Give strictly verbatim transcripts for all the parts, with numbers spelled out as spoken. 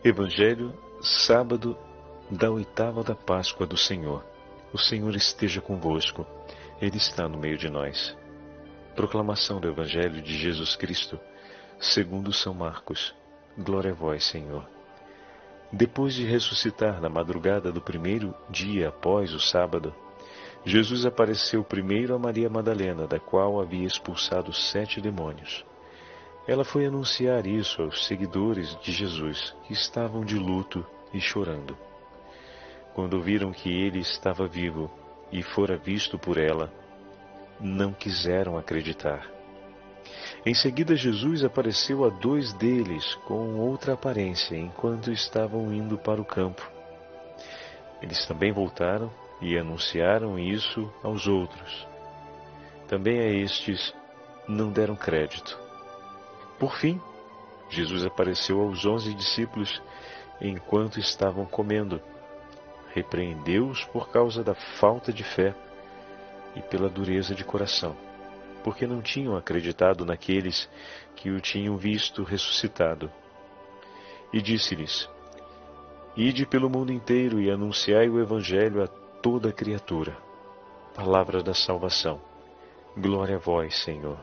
Evangelho, sábado da oitava da Páscoa do Senhor. O Senhor esteja convosco. Ele está no meio de nós. Proclamação do Evangelho de Jesus Cristo, segundo São Marcos. Glória a vós, Senhor. Depois de ressuscitar na madrugada do primeiro dia após o sábado, Jesus apareceu primeiro a Maria Madalena, da qual havia expulsado sete demônios. Ela foi anunciar isso aos seguidores de Jesus, que estavam de luto e chorando. Quando ouviram que ele estava vivo e fora visto por ela, não quiseram acreditar. Em seguida, Jesus apareceu a dois deles com outra aparência, enquanto estavam indo para o campo. Eles também voltaram e anunciaram isso aos outros. Também a estes não deram crédito. Por fim, Jesus apareceu aos onze discípulos enquanto estavam comendo. Repreendeu-os por causa da falta de fé e pela dureza de coração, porque não tinham acreditado naqueles que o tinham visto ressuscitado. E disse-lhes: Ide pelo mundo inteiro e anunciai o Evangelho a toda criatura. Palavra da salvação. Glória a vós, Senhor.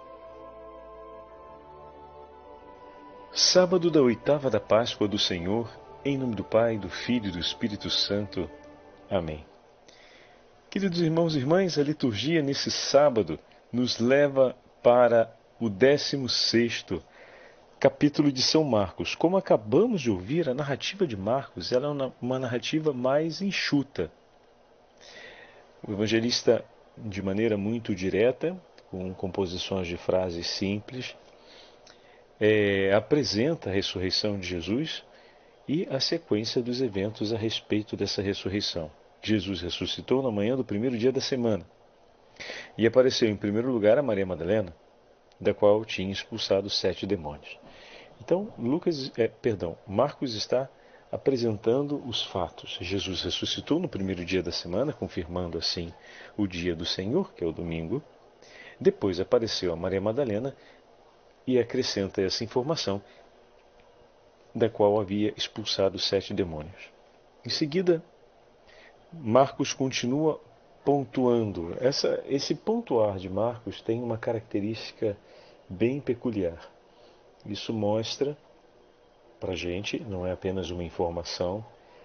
Sábado da oitava da Páscoa do Senhor, em nome do Pai, do Filho e do Espírito Santo. Amém. Queridos irmãos e irmãs, a liturgia nesse sábado nos leva para o décimo sexto capítulo de São Marcos. Como acabamos de ouvir, a narrativa de Marcos ela é uma narrativa mais enxuta. O evangelista, de maneira muito direta, com composições de frases simples, É, apresenta a ressurreição de Jesus e a sequência dos eventos a respeito dessa ressurreição. Jesus ressuscitou na manhã do primeiro dia da semana e apareceu em primeiro lugar a Maria Madalena, da qual tinha expulsado sete demônios. Então, Lucas, é, perdão, Marcos está apresentando os fatos. Jesus ressuscitou no primeiro dia da semana, confirmando assim o dia do Senhor, que é o domingo. Depois apareceu a Maria Madalena e acrescenta essa informação, da qual havia expulsado sete demônios. Em seguida, Marcos continua pontuando. Essa, esse pontuar de Marcos tem uma característica bem peculiar. Isso mostra para a gente, não é apenas uma informação,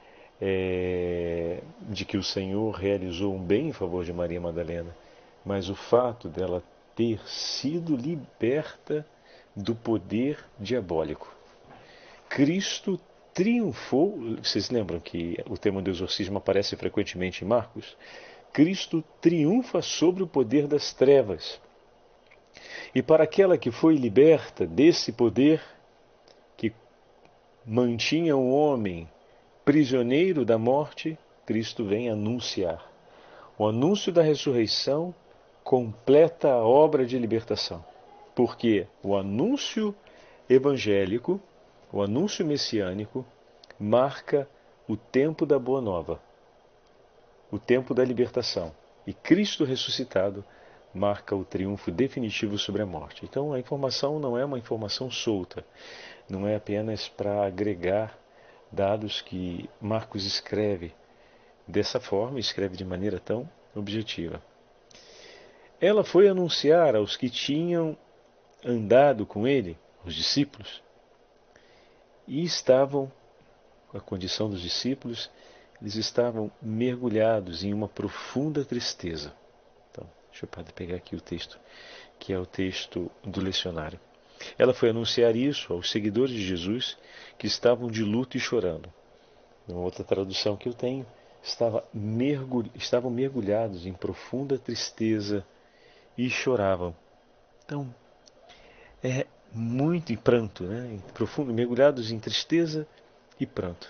é, de que o Senhor realizou um bem em favor de Maria Madalena, mas o fato dela ter sido liberta do poder diabólico. Cristo triunfou. Vocês lembram que o tema do exorcismo aparece frequentemente em Marcos? Cristo triunfa sobre o poder das trevas. E para aquela que foi liberta desse poder, que mantinha o homem prisioneiro da morte, Cristo vem anunciar. O anúncio da ressurreição completa a obra de libertação. Porque o anúncio evangélico, o anúncio messiânico, marca o tempo da Boa Nova, o tempo da libertação. E Cristo ressuscitado marca o triunfo definitivo sobre a morte. Então a informação não é uma informação solta, não é apenas para agregar dados que Marcos escreve dessa forma, escreve de maneira tão objetiva. Ela foi anunciar aos que tinham andado com ele, os discípulos, e estavam, a condição dos discípulos, eles estavam mergulhados em uma profunda tristeza. Então, deixa eu pegar aqui o texto, que é o texto do lecionário. Ela foi anunciar isso aos seguidores de Jesus, que estavam de luto e chorando. Uma outra tradução que eu tenho, estava mergulh... estavam mergulhados em profunda tristeza e choravam. Então, é muito em pranto, né? Profundo, mergulhados em tristeza e pranto.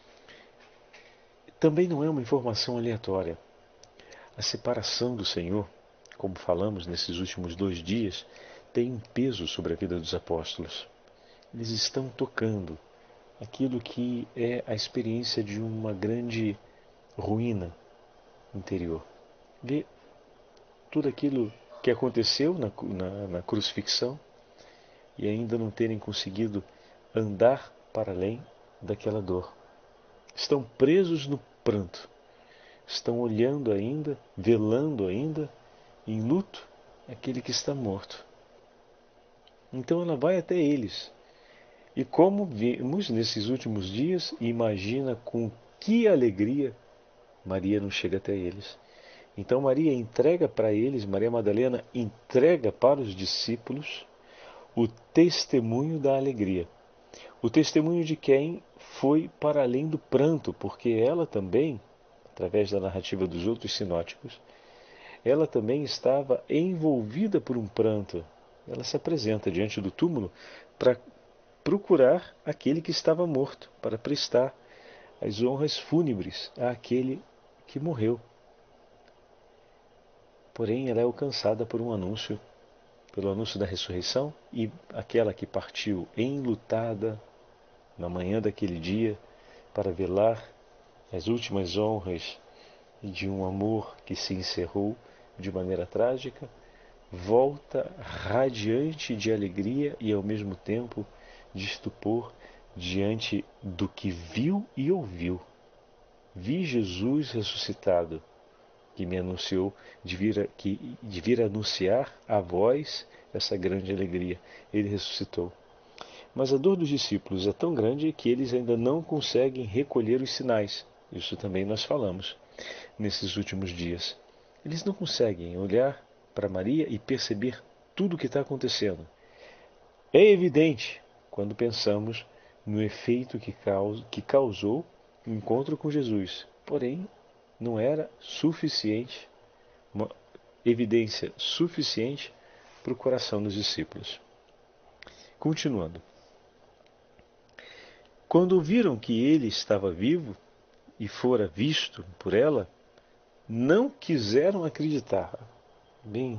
Também não é uma informação aleatória. A separação do Senhor, como falamos nesses últimos dois dias, tem um peso sobre a vida dos apóstolos. Eles estão tocando aquilo que é a experiência de uma grande ruína interior. Vê tudo aquilo que aconteceu na, na, na crucifixão, e ainda não terem conseguido andar para além daquela dor. Estão presos no pranto. Estão olhando ainda, velando ainda, em luto, aquele que está morto. Então ela vai até eles. E como vimos nesses últimos dias, imagina com que alegria Maria não chega até eles. Então Maria entrega para eles, Maria Madalena entrega para os discípulos o testemunho da alegria. O testemunho de quem foi para além do pranto, porque ela também, através da narrativa dos outros sinóticos, ela também estava envolvida por um pranto. Ela se apresenta diante do túmulo para procurar aquele que estava morto, para prestar as honras fúnebres àquele que morreu. Porém, ela é alcançada por um anúncio, pelo anúncio da ressurreição, e aquela que partiu enlutada na manhã daquele dia para velar as últimas honras de um amor que se encerrou de maneira trágica, volta radiante de alegria e ao mesmo tempo de estupor diante do que viu e ouviu. Vi Jesus ressuscitado, que me anunciou de vir, a, que, de vir anunciar a vós essa grande alegria. Ele ressuscitou. Mas a dor dos discípulos é tão grande que eles ainda não conseguem recolher os sinais. Isso também nós falamos nesses últimos dias. Eles não conseguem olhar para Maria e perceber tudo o que está acontecendo. É evidente quando pensamos no efeito que, causa, que causou o encontro com Jesus. Porém, não era suficiente, uma evidência suficiente para o coração dos discípulos. Continuando. Quando viram que ele estava vivo e fora visto por ela, não quiseram acreditar. Bem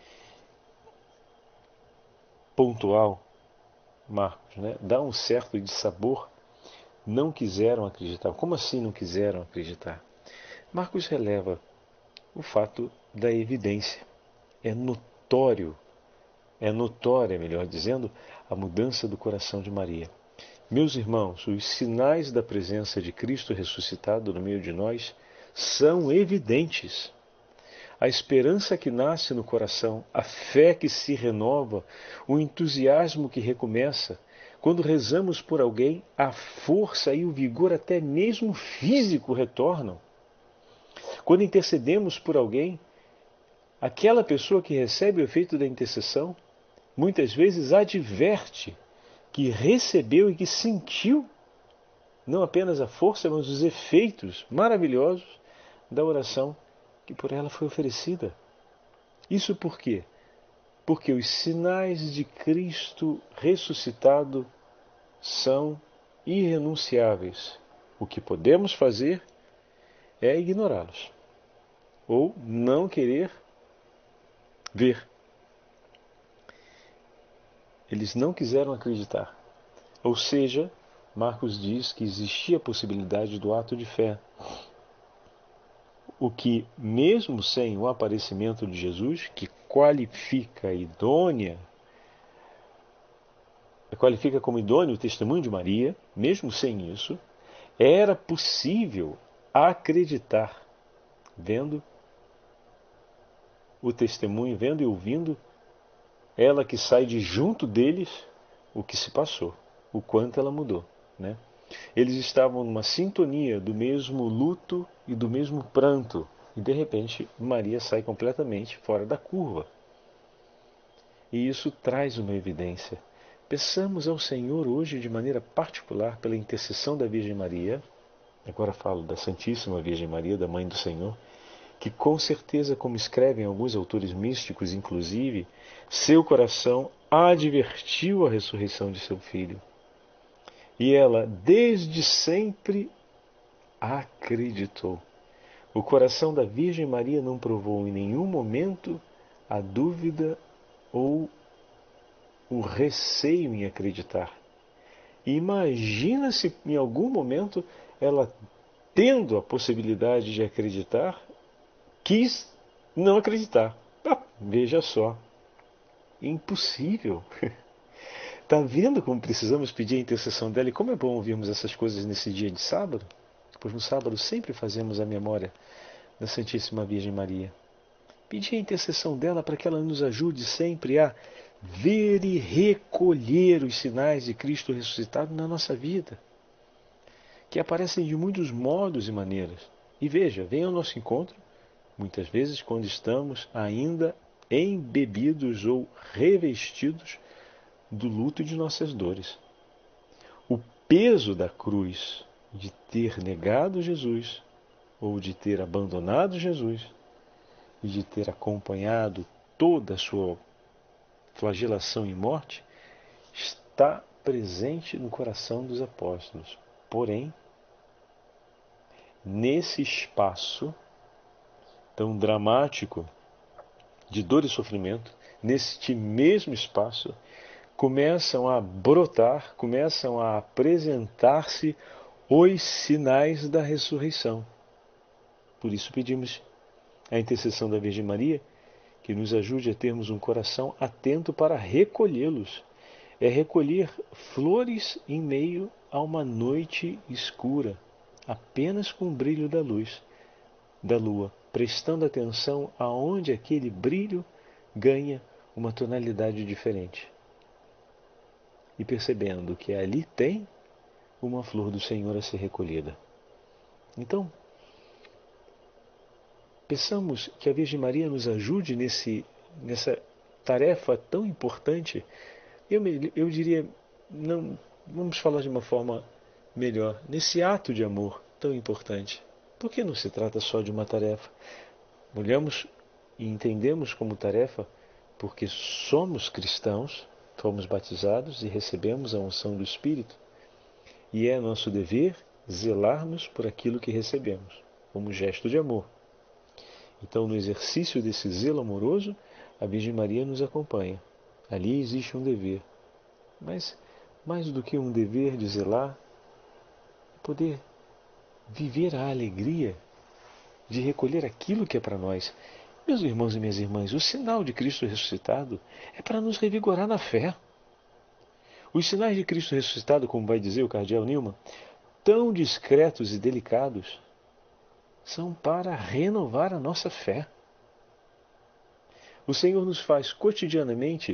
pontual, Marcos, né? Dá um certo dissabor. Não quiseram acreditar. Como assim não quiseram acreditar? Marcos releva o fato da evidência. É notório, é notória, melhor dizendo, a mudança do coração de Maria. Meus irmãos, os sinais da presença de Cristo ressuscitado no meio de nós são evidentes. A esperança que nasce no coração, a fé que se renova, o entusiasmo que recomeça. Quando rezamos por alguém, a força e o vigor até mesmo físico retornam. Quando intercedemos por alguém, aquela pessoa que recebe o efeito da intercessão, muitas vezes adverte que recebeu e que sentiu não apenas a força, mas os efeitos maravilhosos da oração que por ela foi oferecida. Isso por quê? Porque os sinais de Cristo ressuscitado são irrenunciáveis. O que podemos fazer é ignorá-los ou não querer ver. Eles não quiseram acreditar. Ou seja, Marcos diz que existia a possibilidade do ato de fé. O que, mesmo sem o aparecimento de Jesus, que qualifica idônea, qualifica como idôneo o testemunho de Maria, mesmo sem isso, era possível acreditar, vendo o testemunho, vendo e ouvindo ela que sai de junto deles o que se passou, o quanto ela mudou, né? Eles estavam numa sintonia do mesmo luto e do mesmo pranto, e de repente Maria sai completamente fora da curva. E isso traz uma evidência. Peçamos ao Senhor hoje de maneira particular pela intercessão da Virgem Maria, agora falo da Santíssima Virgem Maria, da Mãe do Senhor, que com certeza, como escrevem alguns autores místicos, inclusive, seu coração advertiu a ressurreição de seu filho. E ela, desde sempre, acreditou. O coração da Virgem Maria não provou em nenhum momento a dúvida ou o receio em acreditar. E imagina se em algum momento ela, tendo a possibilidade de acreditar, quis não acreditar. Ah, veja só. Impossível. Está vendo como precisamos pedir a intercessão dela? E como é bom ouvirmos essas coisas nesse dia de sábado? Pois no sábado sempre fazemos a memória da Santíssima Virgem Maria. Pedir a intercessão dela para que ela nos ajude sempre a ver e recolher os sinais de Cristo ressuscitado na nossa vida, que aparecem de muitos modos e maneiras. E veja, vem ao nosso encontro, muitas vezes quando estamos ainda embebidos ou revestidos do luto de nossas dores. O peso da cruz de ter negado Jesus, ou de ter abandonado Jesus, e de ter acompanhado toda a sua flagelação e morte, está presente no coração dos apóstolos. Porém, nesse espaço tão dramático de dor e sofrimento, neste mesmo espaço, começam a brotar, começam a apresentar-se os sinais da ressurreição. Por isso pedimos a intercessão da Virgem Maria, que nos ajude a termos um coração atento para recolhê-los. É recolher flores em meio a uma noite escura, apenas com o brilho da luz da lua, prestando atenção aonde aquele brilho ganha uma tonalidade diferente. E percebendo que ali tem uma flor do Senhor a ser recolhida. Então, peçamos que a Virgem Maria nos ajude nesse, nessa tarefa tão importante. Eu, eu diria, não, vamos falar de uma forma melhor, nesse ato de amor tão importante. Porque não se trata só de uma tarefa. Olhamos e entendemos como tarefa porque somos cristãos, fomos batizados e recebemos a unção do Espírito. E é nosso dever zelarmos por aquilo que recebemos, como gesto de amor. Então, no exercício desse zelo amoroso, a Virgem Maria nos acompanha. Ali existe um dever. Mas, mais do que um dever de zelar, poder viver a alegria de recolher aquilo que é para nós. Meus irmãos e minhas irmãs, o sinal de Cristo ressuscitado é para nos revigorar na fé. Os sinais de Cristo ressuscitado, como vai dizer o cardeal Newman, tão discretos e delicados, são para renovar a nossa fé. O Senhor nos faz cotidianamente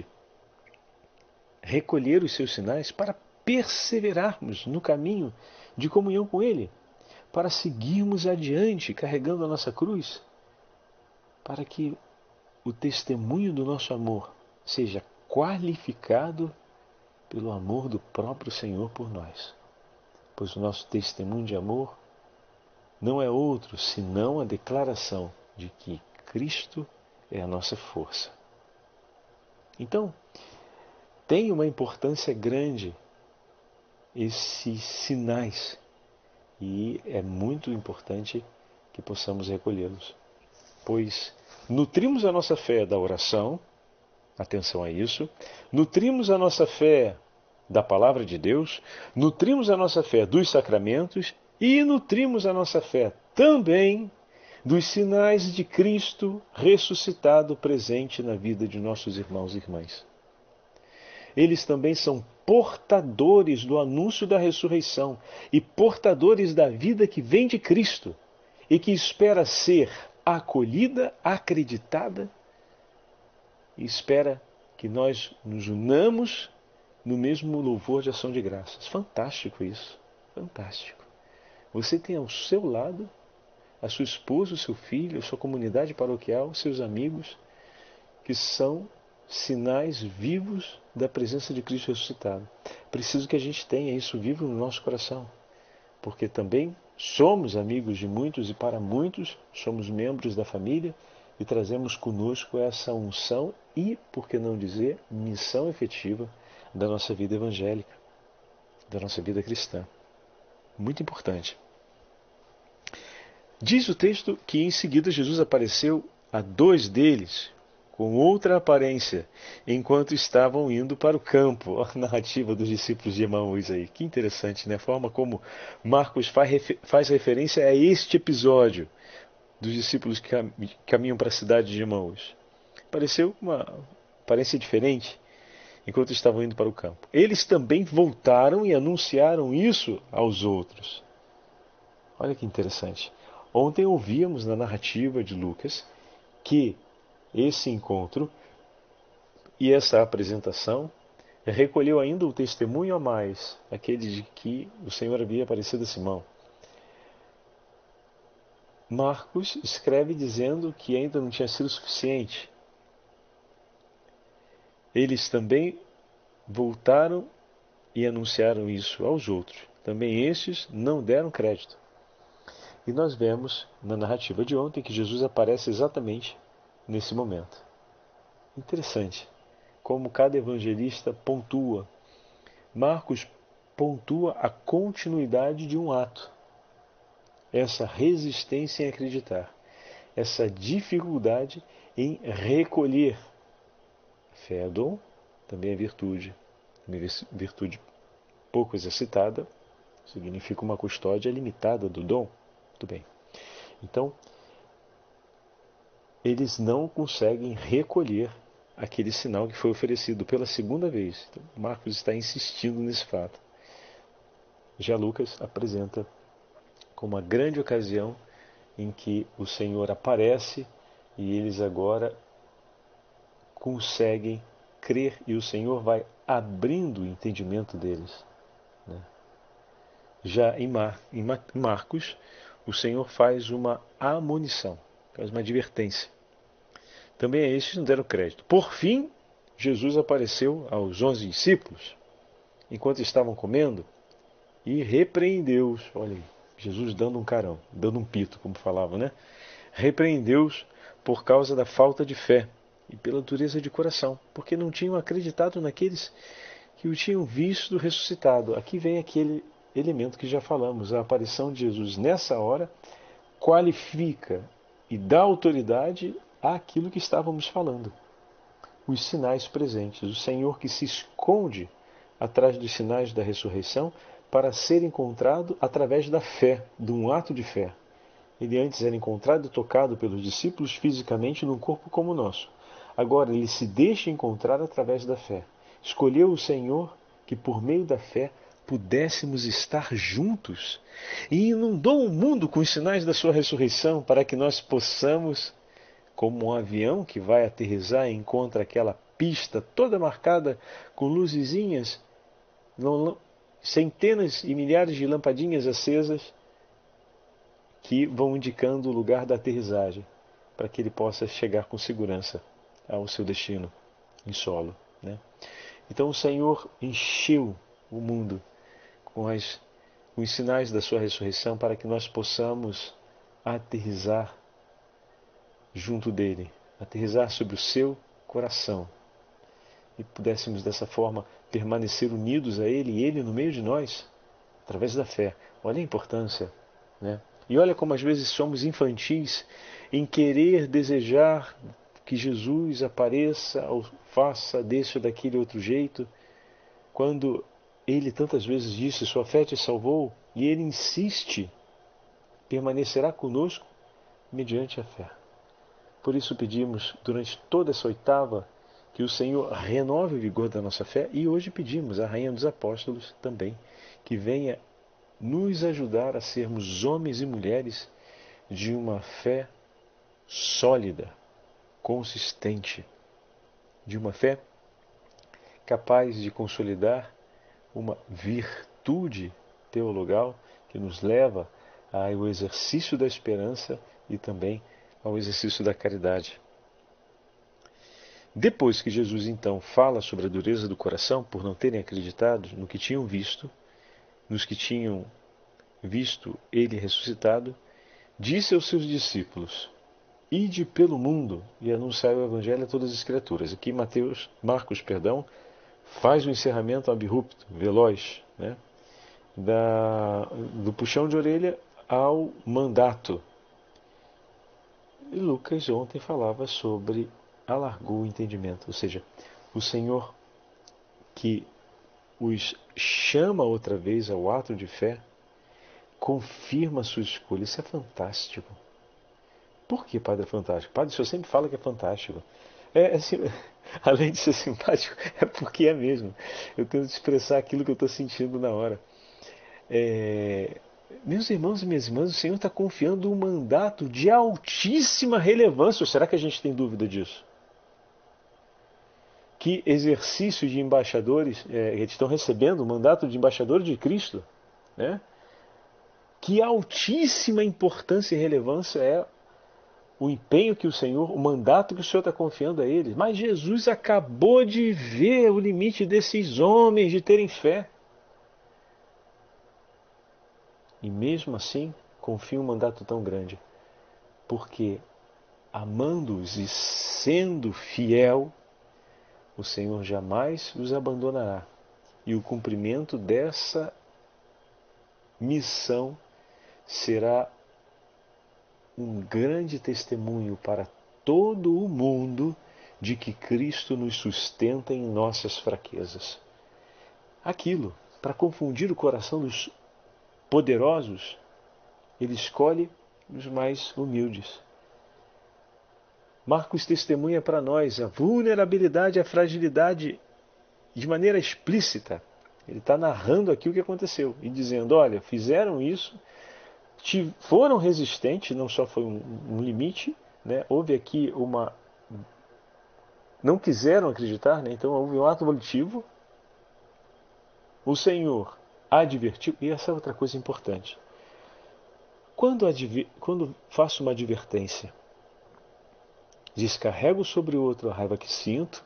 recolher os seus sinais para perseverarmos no caminho de comunhão com Ele, para seguirmos adiante carregando a nossa cruz, para que o testemunho do nosso amor seja qualificado pelo amor do próprio Senhor por nós. Pois o nosso testemunho de amor não é outro senão a declaração de que Cristo é a nossa força. Então, tem uma importância grande esses sinais e é muito importante que possamos recolhê-los. Pois nutrimos a nossa fé da oração, atenção a isso, nutrimos a nossa fé da palavra de Deus, nutrimos a nossa fé dos sacramentos e nutrimos a nossa fé também dos sinais de Cristo ressuscitado presente na vida de nossos irmãos e irmãs. Eles também são portadores do anúncio da ressurreição e portadores da vida que vem de Cristo e que espera ser acolhida, acreditada e espera que nós nos unamos no mesmo louvor de ação de graças. Fantástico isso, fantástico. Você tem ao seu lado a sua esposa, o seu filho, a sua comunidade paroquial, seus amigos, que são sinais vivos da presença de Cristo ressuscitado. Preciso que a gente tenha isso vivo no nosso coração, porque também somos amigos de muitos e para muitos somos membros da família e trazemos conosco essa unção e, por que não dizer, missão efetiva da nossa vida evangélica, da nossa vida cristã. Muito importante. Diz o texto que em seguida Jesus apareceu a dois deles, com outra aparência, enquanto estavam indo para o campo. A narrativa dos discípulos de Emaús aí. Que interessante, né? A forma como Marcos faz referência a este episódio dos discípulos que caminham para a cidade de Emaús. Pareceu uma aparência diferente. enquanto estavam indo para o campo. Eles também voltaram e anunciaram isso aos outros. Olha que interessante. Ontem ouvíamos na narrativa de Lucas que esse encontro e essa apresentação recolheu ainda o testemunho a mais, aquele de que o Senhor havia aparecido a Simão. Marcos escreve dizendo que ainda não tinha sido suficiente. Eles também voltaram e anunciaram isso aos outros. Também estes não deram crédito. E nós vemos na narrativa de ontem que Jesus aparece exatamente nesse momento. Interessante como cada evangelista pontua. Marcos pontua a continuidade de um ato. Essa resistência em acreditar. Essa dificuldade em recolher. Fé é dom, também é virtude. Também virtude pouco exercitada significa uma custódia limitada do dom. Muito bem. Então, eles não conseguem recolher aquele sinal que foi oferecido pela segunda vez. Então, Marcos está insistindo nesse fato. Já Lucas apresenta como uma grande ocasião em que o Senhor aparece e eles agora conseguem crer e o Senhor vai abrindo o entendimento deles. Né? Já em, Mar, em Marcos, o Senhor faz uma admonição, faz uma advertência. Também a estes não deram crédito. Por fim, Jesus apareceu aos onze discípulos, enquanto estavam comendo, e repreendeu-os. Olha aí, Jesus dando um carão, dando um pito, como falavam, né? Repreendeu-os por causa da falta de fé e pela dureza de coração, porque não tinham acreditado naqueles que o tinham visto ressuscitado. Aqui vem aquele elemento que já falamos, a aparição de Jesus nessa hora qualifica e dá autoridade àquilo que estávamos falando. Os sinais presentes, o Senhor que se esconde atrás dos sinais da ressurreição para ser encontrado através da fé, de um ato de fé. Ele antes era encontrado e tocado pelos discípulos fisicamente num corpo como o nosso. Agora ele se deixa encontrar através da fé. Escolheu o Senhor que por meio da fé pudéssemos estar juntos e inundou o mundo com os sinais da sua ressurreição para que nós possamos, como um avião que vai aterrissar e encontra aquela pista toda marcada com luzezinhas, centenas e milhares de lampadinhas acesas que vão indicando o lugar da aterrissagem, para que ele possa chegar com segurança ao seu destino em solo. Né? Então o Senhor encheu o mundo com, as, com os sinais da sua ressurreição para que nós possamos aterrissar junto dele, aterrissar sobre o seu coração e pudéssemos dessa forma permanecer unidos a ele e ele no meio de nós, através da fé. Olha a importância, né? E olha como às vezes somos infantis em querer desejar que Jesus apareça ou faça desse ou daquele outro jeito, quando ele tantas vezes disse, sua fé te salvou, e ele insiste, permanecerá conosco mediante a fé. Por isso pedimos durante toda essa oitava que o Senhor renove o vigor da nossa fé, e hoje pedimos à Rainha dos Apóstolos também que venha nos ajudar a sermos homens e mulheres de uma fé sólida, consistente, de uma fé capaz de consolidar uma virtude teologal que nos leva ao exercício da esperança e também ao exercício da caridade. Depois que Jesus então fala sobre a dureza do coração por não terem acreditado no que tinham visto, nos que tinham visto ele ressuscitado, disse aos seus discípulos, ide pelo mundo e anunciai o evangelho a todas as criaturas. Aqui Mateus, Marcos, perdão, faz o encerramento abrupto, veloz, né? da, do puxão de orelha ao mandato. E Lucas ontem falava sobre alargou o entendimento, ou seja, o Senhor que os chama outra vez ao ato de fé, confirma a sua escolha. Isso é fantástico. Por que, Padre, é fantástico? Padre, o senhor sempre fala que é fantástico. É, assim, Além de ser simpático, é porque é mesmo. Eu tento expressar aquilo que eu estou sentindo na hora. É, Meus irmãos e minhas irmãs, o Senhor está confiando um mandato de altíssima relevância. Ou será que a gente tem dúvida disso? Que exercício de embaixadores, é, eles estão recebendo o mandato de embaixador de Cristo, né? Que altíssima importância e relevância é o empenho que o Senhor, o mandato que o Senhor está confiando a eles. Mas Jesus acabou de ver o limite desses homens de terem fé. E mesmo assim, confia um mandato tão grande. Porque, amando-os e sendo fiel, o Senhor jamais os abandonará. E o cumprimento dessa missão será um grande testemunho para todo o mundo de que Cristo nos sustenta em nossas fraquezas. Aquilo, para confundir o coração dos poderosos, ele escolhe os mais humildes. Marcos testemunha para nós a vulnerabilidade e a fragilidade de maneira explícita. Ele está narrando aqui o que aconteceu e dizendo, olha, fizeram isso, foram resistentes, não só foi um, um limite, né? Houve aqui uma... não quiseram acreditar, né? Então houve um ato volitivo. O Senhor advertiu, e essa é outra coisa importante. Quando, adver... Quando faço uma advertência, descarrego sobre o outro a raiva que sinto,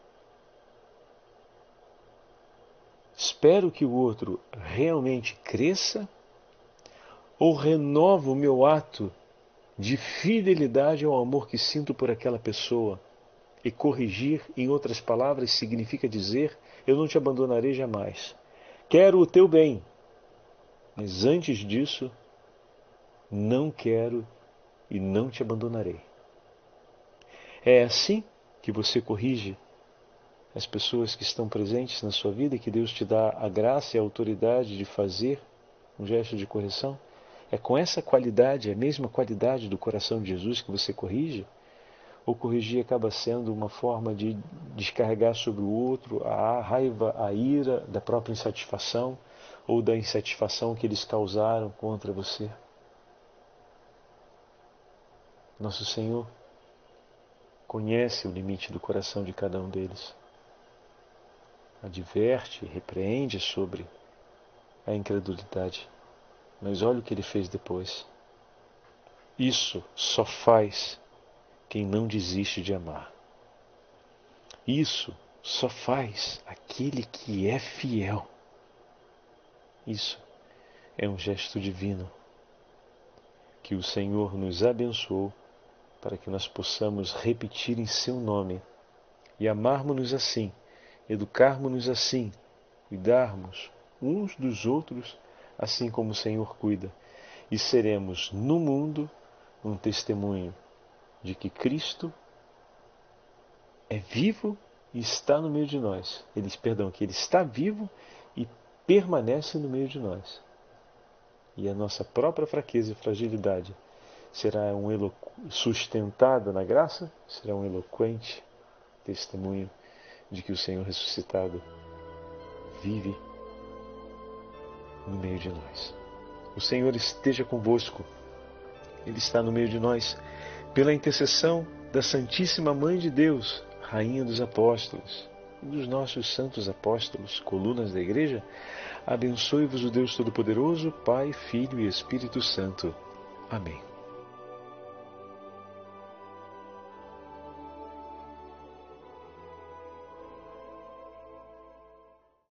espero que o outro realmente cresça, ou renovo o meu ato de fidelidade ao amor que sinto por aquela pessoa. E corrigir, em outras palavras, significa dizer, eu não te abandonarei jamais. Quero o teu bem, mas antes disso, não quero e não te abandonarei. É assim que você corrige as pessoas que estão presentes na sua vida e que Deus te dá a graça e a autoridade de fazer um gesto de correção? É com essa qualidade, a mesma qualidade do coração de Jesus que você corrige? Ou corrigir acaba sendo uma forma de descarregar sobre o outro a raiva, a ira da própria insatisfação ou da insatisfação que eles causaram contra você? Nosso Senhor conhece o limite do coração de cada um deles. Adverte, repreende sobre a incredulidade. Mas olha o que ele fez depois. Isso só faz quem não desiste de amar. Isso só faz aquele que é fiel. Isso é um gesto divino que o Senhor nos abençoou para que nós possamos repetir em seu nome e amarmos-nos assim, educarmos-nos assim, cuidarmos uns dos outros assim como o Senhor cuida, e seremos no mundo um testemunho de que Cristo é vivo e está no meio de nós. Ele, perdão, que Ele está vivo e permanece no meio de nós. E a nossa própria fraqueza e fragilidade será um eloqu... sustentada na graça, será um eloquente testemunho de que o Senhor ressuscitado vive no meio de nós. O Senhor esteja convosco. Ele está no meio de nós. Pela intercessão da Santíssima Mãe de Deus, Rainha dos Apóstolos e dos nossos santos apóstolos, colunas da Igreja, abençoe-vos o Deus Todo-Poderoso, Pai, Filho e Espírito Santo. Amém.